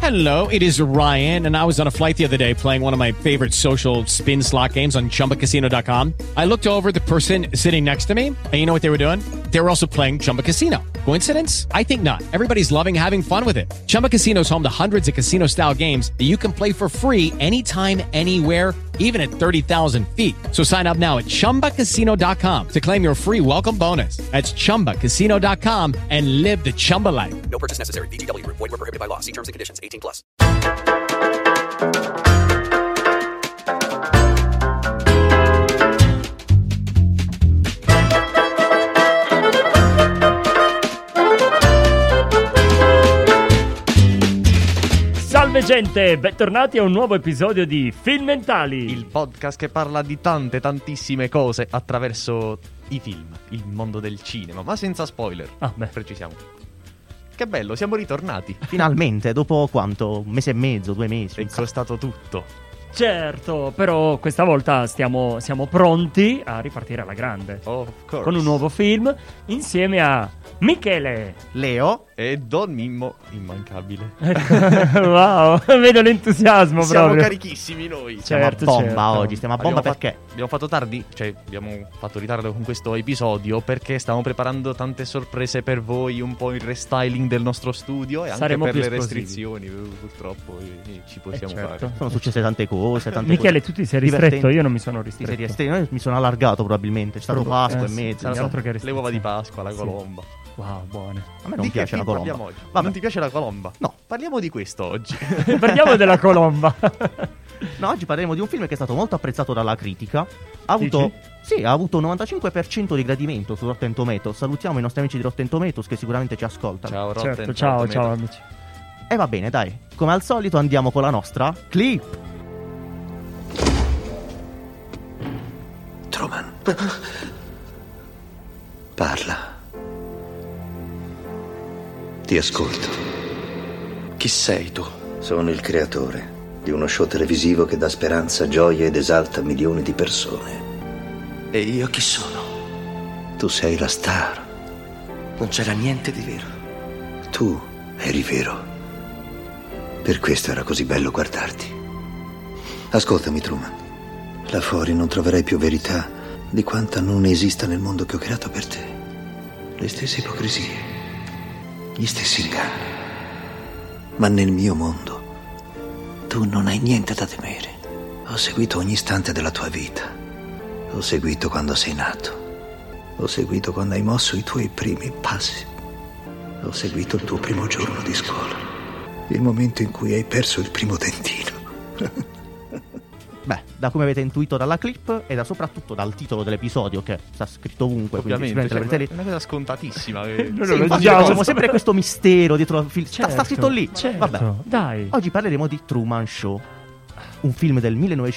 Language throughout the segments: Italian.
Hello, it is Ryan, and I was on a flight the other day playing one of my favorite social spin slot games on ChumbaCasino.com. I looked over at the person sitting next to me, and you know what they were doing? They were also playing Chumba Casino. Coincidence? I think not. Everybody's loving having fun with it. Chumba Casino is home to hundreds of casino-style games that you can play for free anytime, anywhere, even at 30,000 feet. So sign up now at ChumbaCasino.com to claim your free welcome bonus. That's ChumbaCasino.com and live the Chumba life. No purchase necessary. VGW Group. Void where prohibited by law. See terms and conditions. 18+. Salve gente, bentornati a un nuovo episodio di Filmentali, il podcast che parla di tantissime cose attraverso i film, il mondo del cinema, ma senza spoiler. Precisiamo. Che bello, siamo ritornati. Finalmente, dopo quanto? Un mese e mezzo, 2 mesi. È costato tutto. Certo, però questa volta siamo pronti a ripartire alla grande. Of course. Con un nuovo film insieme a Michele, Leo e Don Mimmo, immancabile. Wow, vedo l'entusiasmo. Siamo proprio carichissimi noi. Certo, stiamo a bomba certo. oggi, stiamo a bomba perché? Abbiamo fatto tardi, cioè abbiamo fatto ritardo con questo episodio perché stiamo preparando tante sorprese per voi, un po' il restyling del nostro studio e anche Saremo per più le esplosivi. restrizioni, purtroppo ci possiamo certo. fare. Sono successe tante cose, Michele, cose tu ti sei ristretto, divertenti. io non mi sono Ti sei ristretto. ristretto, io mi sono allargato probabilmente. C'è stato Pasqua e sì, mezzo. sarà no? altro che Le uova di Pasqua, la Sì. colomba. Wow, buone. A me non Di che piace la film colomba. parliamo oggi? Vabbè. Non ti piace la colomba? No. Parliamo di questo oggi. Parliamo della colomba. No, oggi parleremo di un film che è stato molto apprezzato dalla critica. Ha avuto un 95% di gradimento su Rotten Tomatoes. Salutiamo i nostri amici di Rotten Tomatoes che sicuramente ci ascoltano. Ciao Rotten. Certo, ciao amici. E va bene, dai. Come al solito andiamo con la nostra clip. Truman. Parla. Ti ascolto. Chi sei tu? Sono il creatore di uno show televisivo che dà speranza, gioia ed esalta milioni di persone. E io chi sono? Tu sei la star. Non c'era niente di vero. Tu eri vero. Per questo era così bello guardarti. Ascoltami, Truman. Là fuori non troverai più verità di quanta non esista nel mondo che ho creato per te. Le stesse ipocrisie, gli stessi inganni. Ma nel mio mondo tu non hai niente da temere. Ho seguito ogni istante della tua vita. Ho seguito quando sei nato. Ho seguito quando hai mosso i tuoi primi passi. Ho seguito il tuo primo giorno di scuola. Il momento in cui hai perso il primo dentino. Beh, da come avete intuito dalla clip e da soprattutto dal titolo dell'episodio che sta scritto ovunque, Ovviamente, quindi sicuramente l'avrete è una cosa scontatissima. Noi Sì, lo infatti leggiamo. diciamo sempre questo mistero dietro al film. Certo, sta scritto lì. certo. Vabbè. Dai. Oggi parleremo di Truman Show, un film del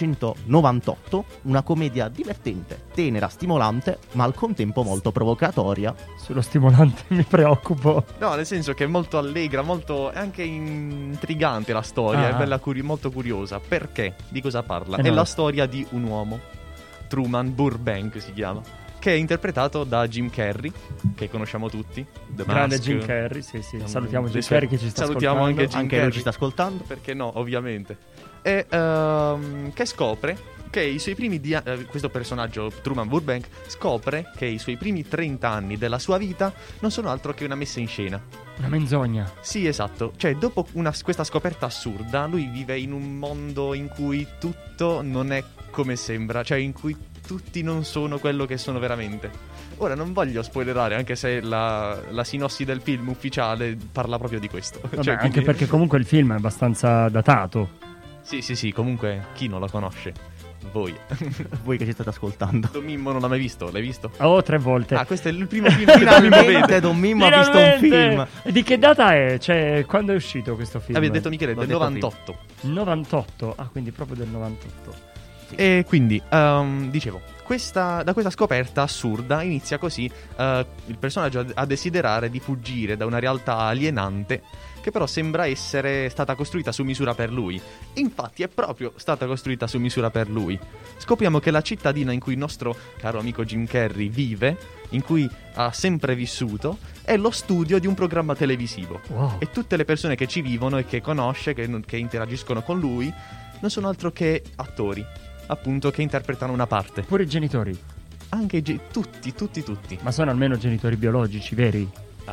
1998, una commedia divertente, tenera, stimolante, ma al contempo molto provocatoria. Sullo stimolante mi preoccupo. No, nel senso che è molto allegra, molto è anche intrigante la storia, Ah. è bella molto curiosa. Perché? Di cosa parla? Eh È no. la storia di un uomo, Truman Burbank si chiama, che è interpretato da Jim Carrey, che conosciamo tutti. The Grande Mask. Jim Carrey, sì. Salutiamo Le Jim sue- Carrey che ci sta Salutiamo ascoltando. anche Jim Anche Carrey. lui ci sta ascoltando. Perché no, ovviamente. E che scopre che i suoi primi questo personaggio, Truman Burbank, scopre che i suoi primi 30 anni della sua vita non sono altro che una messa in scena. Una menzogna. Sì, esatto. Cioè, dopo questa scoperta assurda, lui vive in un mondo in cui tutto non è come sembra, cioè in cui tutti non sono quello che sono veramente. Ora, non voglio spoilerare, anche se la sinossi del film ufficiale parla proprio di questo. Vabbè, Cioè, anche quindi- perché comunque il film è abbastanza datato. Sì, comunque, chi non lo conosce? Voi. Voi che ci state ascoltando. Don Mimmo non l'ha mai visto, l'hai visto? Oh, 3 volte. Ah, questo è il primo film che Don Mimmo Finalmente vede. Don Mimmo ha visto un film. E di che data è? Cioè, quando è uscito questo film? Avete detto Michele, L'ho del detto 98. 98. Ah, quindi proprio del 98. E quindi, dicevo, da questa scoperta assurda inizia così il personaggio a desiderare di fuggire da una realtà alienante che però sembra essere stata costruita su misura per lui. Infatti è proprio stata costruita su misura per lui. Scopriamo che la cittadina in cui il nostro caro amico Jim Carrey vive, in cui ha sempre vissuto, è lo studio di un programma televisivo. Wow. E tutte le persone che ci vivono e che conosce, che interagiscono con lui, non sono altro che attori, appunto, che interpretano una parte. Pure i genitori. Anche tutti. Ma sono almeno genitori biologici, veri?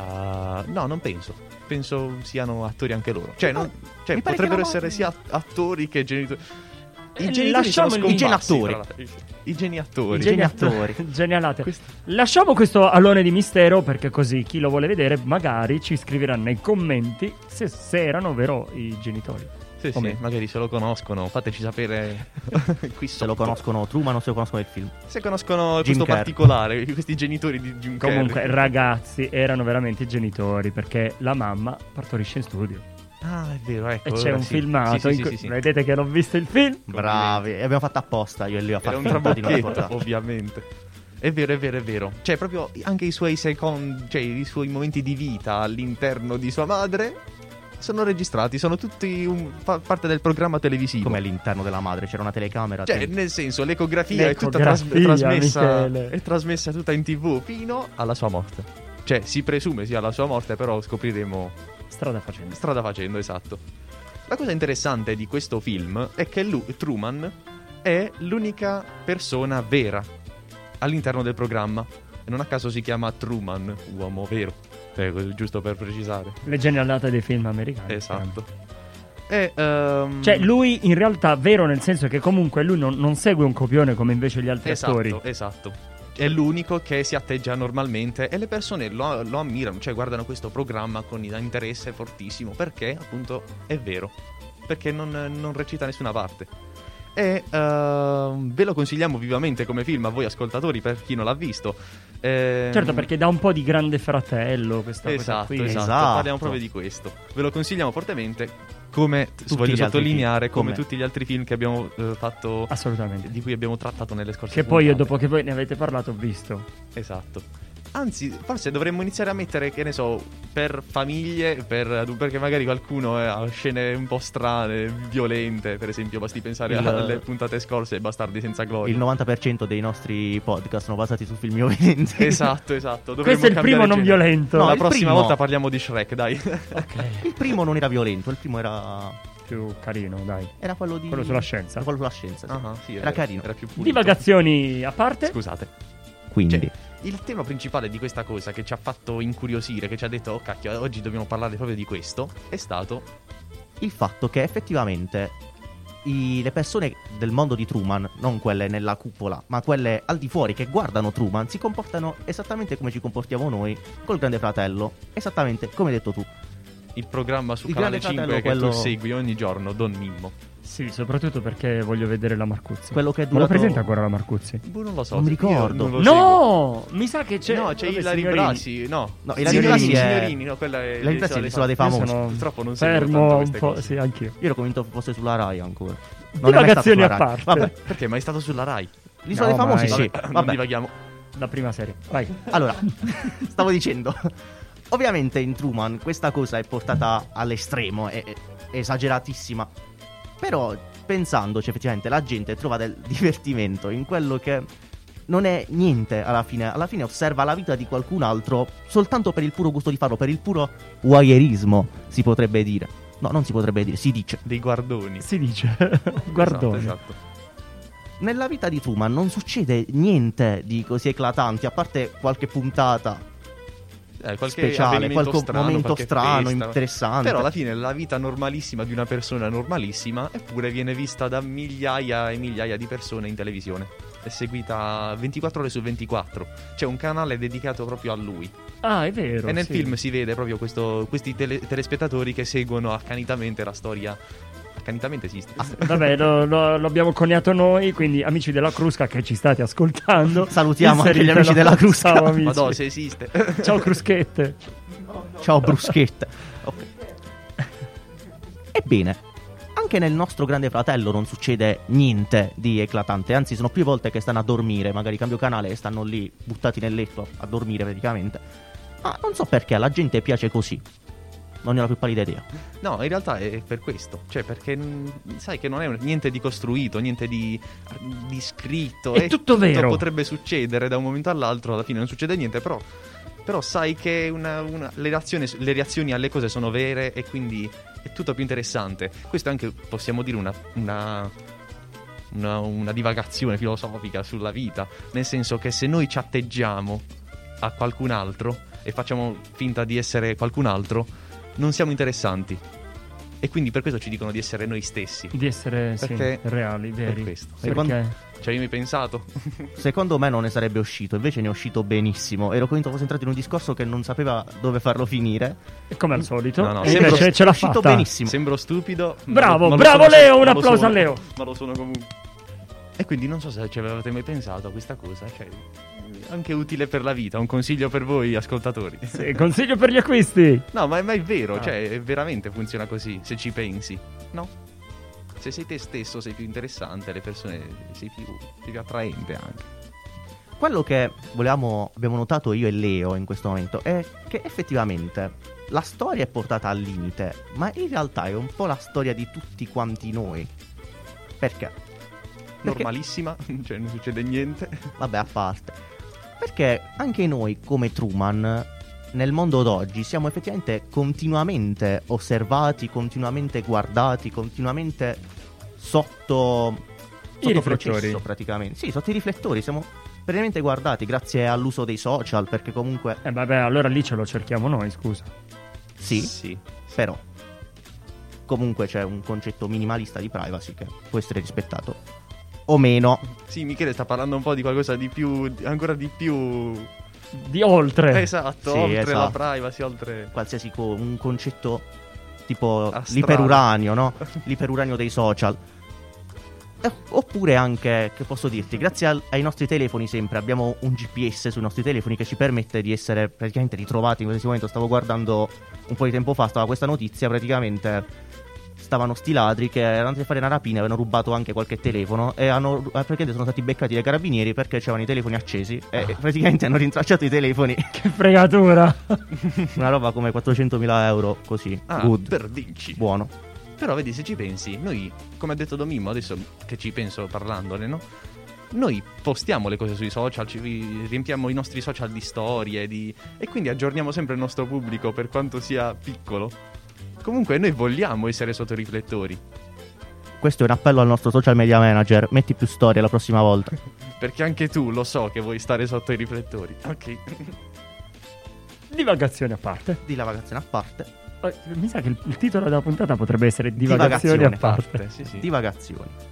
No, non penso. Penso siano attori anche loro. Cioè, mi pare potrebbero che essere sia attori che genitori. I genitori lasciamo sono i scomparsi, geniatori. tra l'altro. I geniatori. Geniatori. Genialate. Lasciamo questo alone di mistero, perché così chi lo vuole vedere magari ci scriverà nei commenti se erano vero i genitori. Sì, Come? magari se lo conoscono, fateci sapere qui Se lo sotto. conoscono Truman o se lo conoscono il film. Se conoscono Jim questo Carrey. particolare, questi genitori di Jim Comunque, Carrey. ragazzi, erano veramente i genitori, perché la mamma partorisce in studio. Ah, è vero, ecco. E c'è ora un sì. filmato in cui... Sì. Vedete che l'ho visto il film? Bravi, e abbiamo fatto apposta io e lui a Era far un finta di non trabocchetto, ascoltare. ovviamente. È vero. Cioè, proprio anche i suoi secondi, cioè i suoi momenti di vita all'interno di sua madre sono registrati, sono tutti parte del programma televisivo. Come all'interno della madre c'era una telecamera. Cioè, nel senso, l'ecografia è tutta L'ecografia, trasmessa, Michele. è trasmessa tutta in TV fino alla sua morte. Cioè, si presume sia la sua morte, però scopriremo Strada facendo. strada facendo, esatto. La cosa interessante di questo film è che Truman è l'unica persona vera all'interno del programma. E non a caso si chiama Truman, uomo vero. Giusto per precisare. Le genialate dei film americani. Esatto. E, Cioè, lui in realtà vero, nel senso che comunque lui non segue un copione come invece gli altri attori. Esatto. È l'unico che si atteggia normalmente e le persone lo ammirano, cioè guardano questo programma con interesse fortissimo perché appunto è vero, perché non recita nessuna parte. E ve lo consigliamo vivamente come film a voi ascoltatori, per chi non l'ha visto. Certo, perché dà un po' di Grande Fratello questa cosa Esatto, qui. esatto, Esatto. parliamo proprio di questo. Ve lo consigliamo fortemente, come Tutti voglio gli altri sottolineare, film, come come- tutti gli altri film che abbiamo fatto, Assolutamente. di cui abbiamo trattato nelle scorse Che poi io, puntate. dopo che voi ne avete parlato, ho visto. Esatto. Anzi, forse dovremmo iniziare a mettere, che ne so, per famiglie, perché magari qualcuno ha scene un po' strane, violente, per esempio, basti pensare alle puntate scorse, Bastardi senza gloria. Il 90% dei nostri podcast sono basati su film violenti. Esatto. Dovremmo Questo è il primo cambiare non genere. violento. No, La il prossima primo- volta parliamo di Shrek, dai. Il primo non era violento, il primo era Più carino, dai. quello di... Quello sulla scienza. Quello sulla scienza, sì. Ah, sì, Era carino. Era più pulito. Divagazioni a parte. Scusate. Quindi, Cioè, il tema principale di questa cosa che ci ha fatto incuriosire, che ci ha detto, oh cacchio, oggi dobbiamo parlare proprio di questo, è stato... il fatto che effettivamente le persone del mondo di Truman, non quelle nella cupola, ma quelle al di fuori che guardano Truman, si comportano esattamente come ci comportiamo noi col Grande Fratello, esattamente come hai detto tu. Il programma su Il Canale Grande 5 Fratello, che tu quello- segui ogni giorno, Don Mimmo. Sì, soprattutto perché voglio vedere la Marcuzzi. Quello che è Me lo durato- presenta ancora la Marcuzzi? Non lo so. Non mi io ricordo. non lo seguo. No! Mi sa che c'è... No, c'è Vabbè, Ilari signorini. Brasi. No, No, Ilari Brasi è- signorini, no, quella è Ilari Brasi è l'isola dei Io famosi. sono Purtroppo non seguo fermo tanto un queste po', cose. sì, anch'io. Io ero convinto fosse sulla Rai ancora. Divagazioni Non è mai a stato sulla Rai. parte. Vabbè, Perché? Ma è stato sulla Rai? l'isola No, dei famosi ma sì. Non Vabbè. divaghiamo. La prima serie. Vai. Allora, stavo dicendo, ovviamente in Truman questa cosa è portata all'estremo, è esageratissima. Però pensandoci effettivamente la gente trova del divertimento in quello che non è niente alla fine. Alla fine osserva la vita di qualcun altro soltanto per il puro gusto di farlo, per il puro voyeurismo, si potrebbe dire. No, non si potrebbe dire, si dice. Dei guardoni. Si dice. Guardone. Esatto. Nella vita di Truman non succede niente di così eclatante, a parte qualche puntata Qualche speciale, avvenimento qualche momento qualche strano, festa. interessante. Però alla fine la vita normalissima di una persona normalissima, eppure viene vista da migliaia e migliaia di persone in televisione. È seguita 24 ore su 24. C'è un canale dedicato proprio a lui. Ah, è vero. E nel sì. film si vede proprio questi telespettatori che seguono accanitamente la storia. Accanitamente esiste. Vabbè, lo abbiamo coniato noi, quindi amici della Crusca che ci state ascoltando. Salutiamo anche gli inseritelo. amici della Crusca. Ciao amici. Madò, se esiste. Ciao Cruschette. Ciao bruschetta. Ok. Ebbene, anche nel nostro Grande Fratello non succede niente di eclatante. Anzi, sono più volte che stanno a dormire. Magari cambio canale e stanno lì buttati nel letto a dormire praticamente. Ma non so perché alla gente piace così. Non ne ho la più pallida idea. No, in realtà è per questo. Cioè, perché sai che non è niente di costruito, niente di scritto. È tutto vero. Potrebbe succedere da un momento all'altro, alla fine non succede niente, però sai che le reazioni alle cose sono vere e quindi è tutto più interessante. Questo è anche, possiamo dire, una divagazione filosofica sulla vita, nel senso che se noi ci atteggiamo a qualcun altro e facciamo finta di essere qualcun altro, non siamo interessanti, e quindi per questo ci dicono di essere noi stessi, Di essere perché reali, veri. per questo. Perché? Ci hai mai pensato? Secondo me non ne sarebbe uscito, invece ne è uscito benissimo. Ero convinto fosse entrato in un discorso che non sapeva dove farlo finire. E come al solito, No, e sembra invece ce l'ha è uscito fatta. benissimo. Sembro stupido. Bravo, ma lo bravo sono- Leo, un ma lo applauso sono- a Leo. Ma lo sono comunque. E quindi non so se ci avevate mai pensato a questa cosa, cioè anche utile per la vita, un consiglio per voi ascoltatori. Sì, consiglio per gli acquisti. No, ma è vero, Ah. cioè veramente funziona così, se ci pensi, no? Se sei te stesso sei più interessante, le persone sei più attraente anche. Quello che abbiamo notato io e Leo in questo momento è che effettivamente la storia è portata al limite, ma in realtà è un po' la storia di tutti quanti noi. Perché? Normalissima, cioè non succede niente. Vabbè, a parte. Perché anche noi, come Truman, nel mondo d'oggi siamo effettivamente continuamente osservati, continuamente guardati, continuamente sotto riflettori. processo praticamente. Sì, sotto i riflettori siamo praticamente guardati grazie all'uso dei social, perché comunque Vabbè, allora lì ce lo cerchiamo noi, scusa. sì, però comunque c'è un concetto minimalista di privacy che può essere rispettato o meno. Sì, Michele sta parlando un po' di qualcosa di più, ancora di più. Di oltre. Esatto, Sì, oltre la esatto. privacy, oltre. Qualsiasi un concetto tipo Astrale. l'iperuranio, no? L'iperuranio dei social. Oppure anche, che posso dirti, grazie ai nostri telefoni sempre abbiamo un GPS sui nostri telefoni che ci permette di essere praticamente ritrovati in qualsiasi momento. Stavo guardando un po' di tempo fa, stava questa notizia, praticamente stavano sti ladri che erano andati a fare una rapina, avevano rubato anche qualche telefono e praticamente sono stati beccati dai carabinieri perché c'erano i telefoni accesi e praticamente hanno rintracciato i telefoni. Che fregatura. Una roba come 400.000 euro, così, good, Per dirci. buono. Però vedi, se ci pensi, noi, come ha detto Domimmo, adesso che ci penso parlandone, no? Noi postiamo le cose sui social, riempiamo i nostri social di storie, e quindi aggiorniamo sempre il nostro pubblico per quanto sia piccolo. Comunque noi vogliamo essere sotto i riflettori, Questo è un appello al nostro social media manager, metti più storie la prossima volta. perché anche tu lo so che vuoi stare sotto i riflettori. Ok. Divagazione a parte. Divagazione a parte. Mi sa che il titolo della puntata potrebbe essere Divagazioni a parte. Sì, sì. Divagazioni.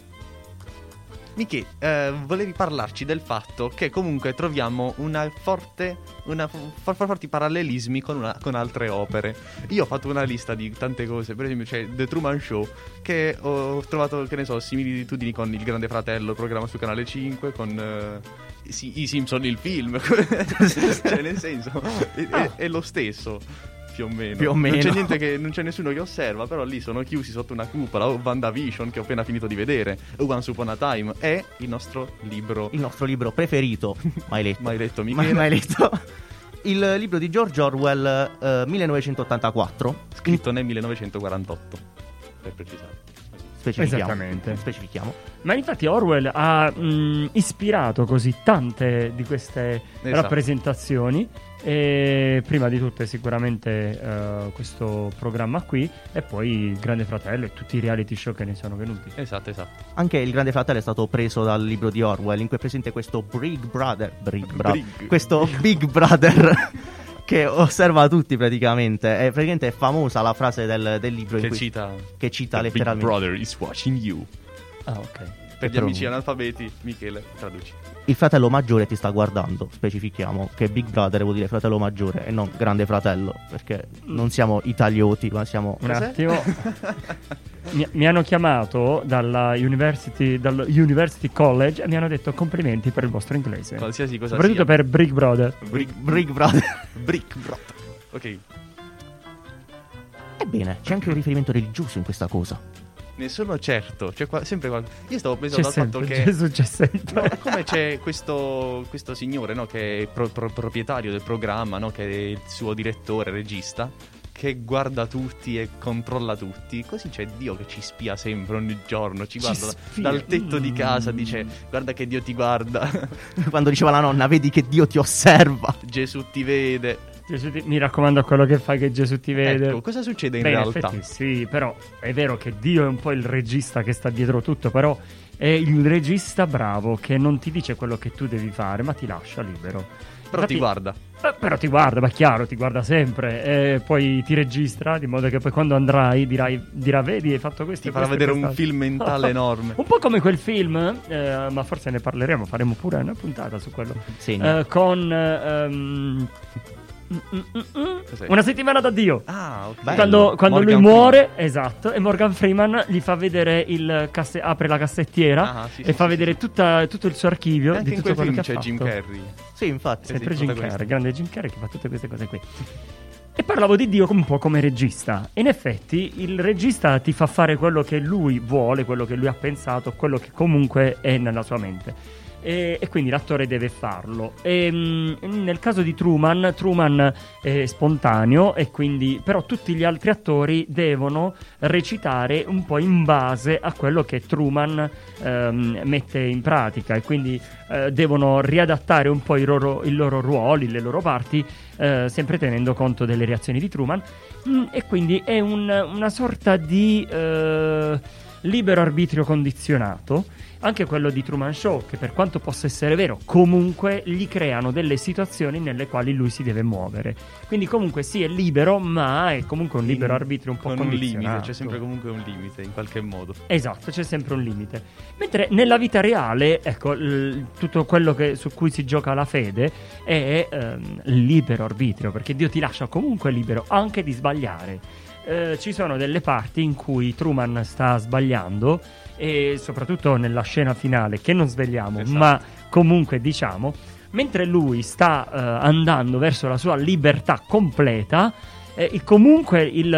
Michi, volevi parlarci del fatto che comunque troviamo forti parallelismi con altre opere. Io ho fatto una lista di tante cose, per esempio c'è The Truman Show, che ho trovato, che ne so, similitudini con Il Grande Fratello, il programma su Canale 5, con i Simpson, il film. Cioè, nel senso, è lo stesso. Più o meno. Non c'è nessuno che osserva, però lì sono chiusi sotto una cupola. O WandaVision, che ho appena finito di vedere, o Once Upon a Time, è il nostro libro. Il nostro libro preferito, mai letto. Mai letto, Michele? Mai letto. Il libro di George Orwell, 1984. Scritto nel 1948, per precisare. Esattamente. Specifichiamo. Ma infatti Orwell ha ispirato così tante di queste Esatto. rappresentazioni. E prima di tutto è sicuramente questo programma qui, e poi Il Grande Fratello e tutti i reality show che ne sono venuti. Esatto. Anche Il Grande Fratello è stato preso dal libro di Orwell, in cui è presente questo Big Brother. Questo Big Brother che osserva tutti praticamente. E praticamente è famosa la frase del libro in Che cui cita letteralmente Big Brother is watching you. Ah, ok. Per gli amici analfabeti, Michele, traduci. il fratello maggiore ti sta guardando. Specifichiamo che Big Brother vuol dire fratello maggiore e non Grande Fratello, perché non siamo italioti, ma siamo Un attimo. Mi hanno chiamato dalla University College e mi hanno detto complimenti per il vostro inglese. Qualsiasi cosa Soprattutto sia. per Big Brother. Big Brother. Brick Brother. Ok. Ebbene, c'è anche un riferimento religioso in questa cosa. Ne sono certo, c'è sempre qualcosa. Io stavo pensando C'è al fatto sempre, che Gesù c'è sempre. no, come c'è questo signore, no, che è proprietario del programma, no, che è il suo direttore, regista, che guarda tutti e controlla tutti. Così c'è Dio che ci spia sempre, ogni giorno. Ci guarda dal tetto di casa, dice: guarda che Dio ti guarda. Quando diceva la nonna: vedi che Dio ti osserva. Gesù ti vede. Mi raccomando a quello che fai che Gesù ti vede. Ecco, cosa succede in Beh, realtà? In effetti, sì, però è vero che Dio è un po' il regista che sta dietro tutto, però è il regista bravo che non ti dice quello che tu devi fare, ma ti lascia libero. Però ti guarda. Però ti guarda, ma chiaro, ti guarda sempre. E poi ti registra, di modo che poi quando andrai dirà: vedi, hai fatto questo. Ti farà vedere un film mentale enorme. Un po' come quel film, ma forse ne parleremo, faremo pure una puntata su quello. Con Una settimana da Dio. Ah, ok. Quando lui muore, esatto, e Morgan Freeman gli fa vedere apre la cassettiera e fa vedere tutto il suo archivio. E anche di in tutto quel quello film che c'è ha fatto. Jim Carrey. Sì, infatti. Sempre Jim Carrey, grande Jim Carrey che fa tutte queste cose qui. E parlavo di Dio un po' come regista. In effetti il regista ti fa fare quello che lui vuole, quello che lui ha pensato, quello che comunque è nella sua mente. E quindi l'attore deve farlo. Nel caso di Truman è spontaneo, e quindi però tutti gli altri attori devono recitare un po' in base a quello che Truman mette in pratica, e quindi devono riadattare un po' i loro ruoli, le loro parti, sempre tenendo conto delle reazioni di Truman. E quindi è una sorta di libero arbitrio condizionato. Anche quello di Truman Show, che per quanto possa essere vero, comunque gli creano delle situazioni nelle quali lui si deve muovere. Quindi comunque sì, è libero, ma è comunque un libero arbitrio un po' con condizionato. un limite, c'è sempre comunque un limite in qualche modo. Esatto, c'è sempre un limite. Mentre nella vita reale, ecco, tutto quello su cui si gioca la fede è libero arbitrio, perché Dio ti lascia comunque libero anche di sbagliare. Ci sono delle parti in cui Truman sta sbagliando, e soprattutto nella scena finale, che non svegliamo, esatto, ma comunque diciamo, mentre lui sta andando verso la sua libertà completa, comunque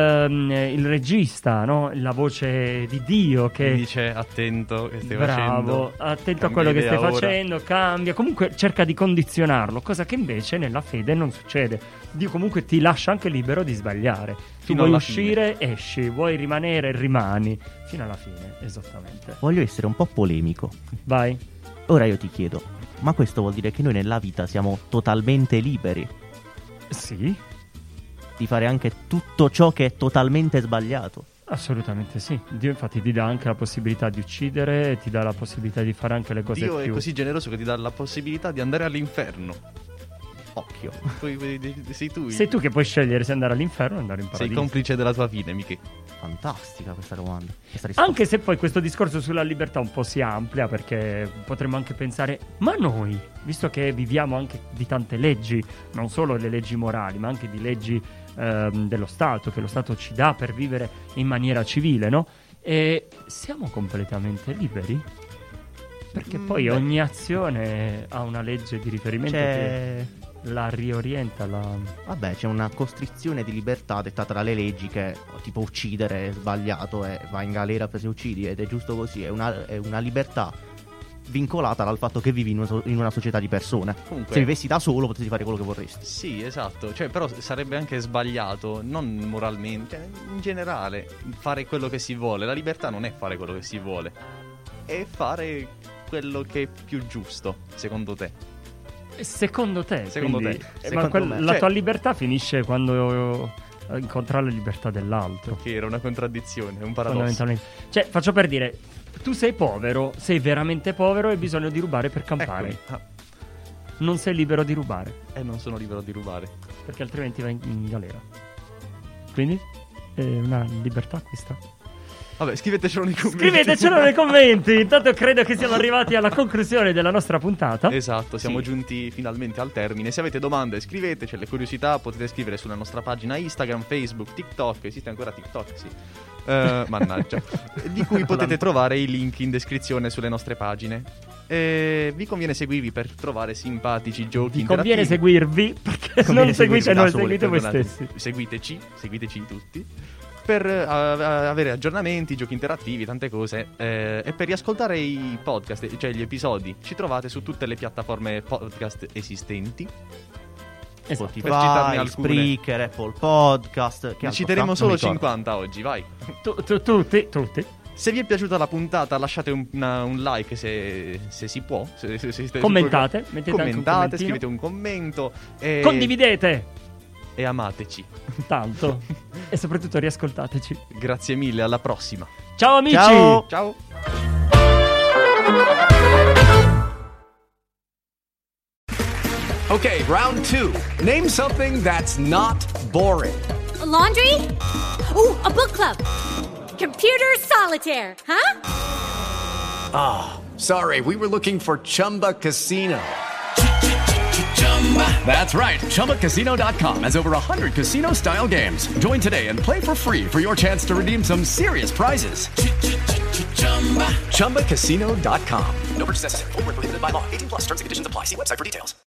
il regista, no? La voce di Dio che dice: attento che stai bravo, facendo, attento a quello che stai facendo, cambia, comunque cerca di condizionarlo, cosa che invece nella fede non succede. Dio comunque ti lascia anche libero di sbagliare. Tu vuoi uscire, esci, vuoi rimanere, rimani fino alla fine, esattamente. Voglio essere un po' polemico. Vai. Ora io ti chiedo: ma questo vuol dire che noi nella vita siamo totalmente liberi Sì, di fare anche tutto ciò che è totalmente sbagliato? assolutamente sì. Dio infatti ti dà anche la possibilità di uccidere, e ti dà la possibilità di fare anche le cose Dio più... è così generoso che ti dà la possibilità di andare all'inferno. Occhio. Sei tu che puoi scegliere se andare all'inferno o andare in paradiso. Sei complice della tua fine, Miche. Fantastica questa domanda, questa risposta. Anche se poi questo discorso sulla libertà un po' si amplia, perché potremmo anche pensare: ma noi, visto che viviamo anche di tante leggi, non solo le leggi morali, ma anche di leggi dello Stato, che lo Stato ci dà per vivere in maniera civile, no? E siamo completamente liberi? Perché poi ogni azione ha una legge di riferimento che la riorienta, Vabbè, c'è una costrizione di libertà dettata dalle leggi, che tipo uccidere è sbagliato e vai in galera se uccidi, ed è giusto così. È una libertà vincolata dal fatto che vivi in una società di persone. Comunque, se vivessi da solo potresti fare quello che vorresti. Sì, esatto. Cioè, però sarebbe anche sbagliato, non moralmente, in generale, fare quello che si vuole. La libertà non è fare quello che si vuole, è fare quello che è più giusto, secondo te. Secondo te? Secondo quindi, te. Ma Secondo me. la tua libertà finisce quando incontra la libertà dell'altro. Che era una contraddizione, un paradosso. Fondamentalmente. Cioè, faccio per dire, tu sei povero, sei veramente povero e hai bisogno di rubare per campare. Non sei libero di rubare. Non sono libero di rubare. Perché altrimenti vai in galera. Quindi è una libertà questa. Vabbè, scrivetecelo nei commenti. Scrivetecelo nei commenti. Intanto credo che siamo arrivati alla conclusione della nostra puntata. Esatto, siamo giunti finalmente al termine. Se avete domande scriveteci, le curiosità potete scrivere sulla nostra pagina Instagram, Facebook, TikTok. Esiste ancora TikTok, sì. Mannaggia. Di cui potete trovare i link in descrizione sulle nostre pagine. Vi conviene seguirvi per trovare simpatici giochi interattivi. Conviene seguirvi, perché non seguite noi, seguite voi stessi. Seguiteci tutti, per avere aggiornamenti, giochi interattivi, tante cose, e per riascoltare i podcast, cioè gli episodi. Ci trovate su tutte le piattaforme podcast esistenti. Esatto. Per citarne Spotify, alcune. Spreaker, Apple Podcast. Che Ne altro citeremo fa? solo Non mi ricordo. 50 oggi, vai. Tutti. Se vi è piaciuta la puntata, lasciate un like se si può. Se siete Commentate, proprio- mettete anche un commentate, commentino. scrivete un commento. E... Condividete E amateci. tanto. E soprattutto riascoltateci. Grazie mille, alla prossima. Ciao amici! Ciao. Ciao. Okay, round 2. Name something that's not boring. A laundry? Ooh, a book club. Computer solitaire, huh? Sorry, we were looking for Chumba Casino. That's right. ChumbaCasino.com has over 100 casino-style games. Join today and play for free for your chance to redeem some serious prizes. ChumbaCasino.com. No purchase necessary. Void where prohibited by law. 18+ terms and conditions apply. See website for details.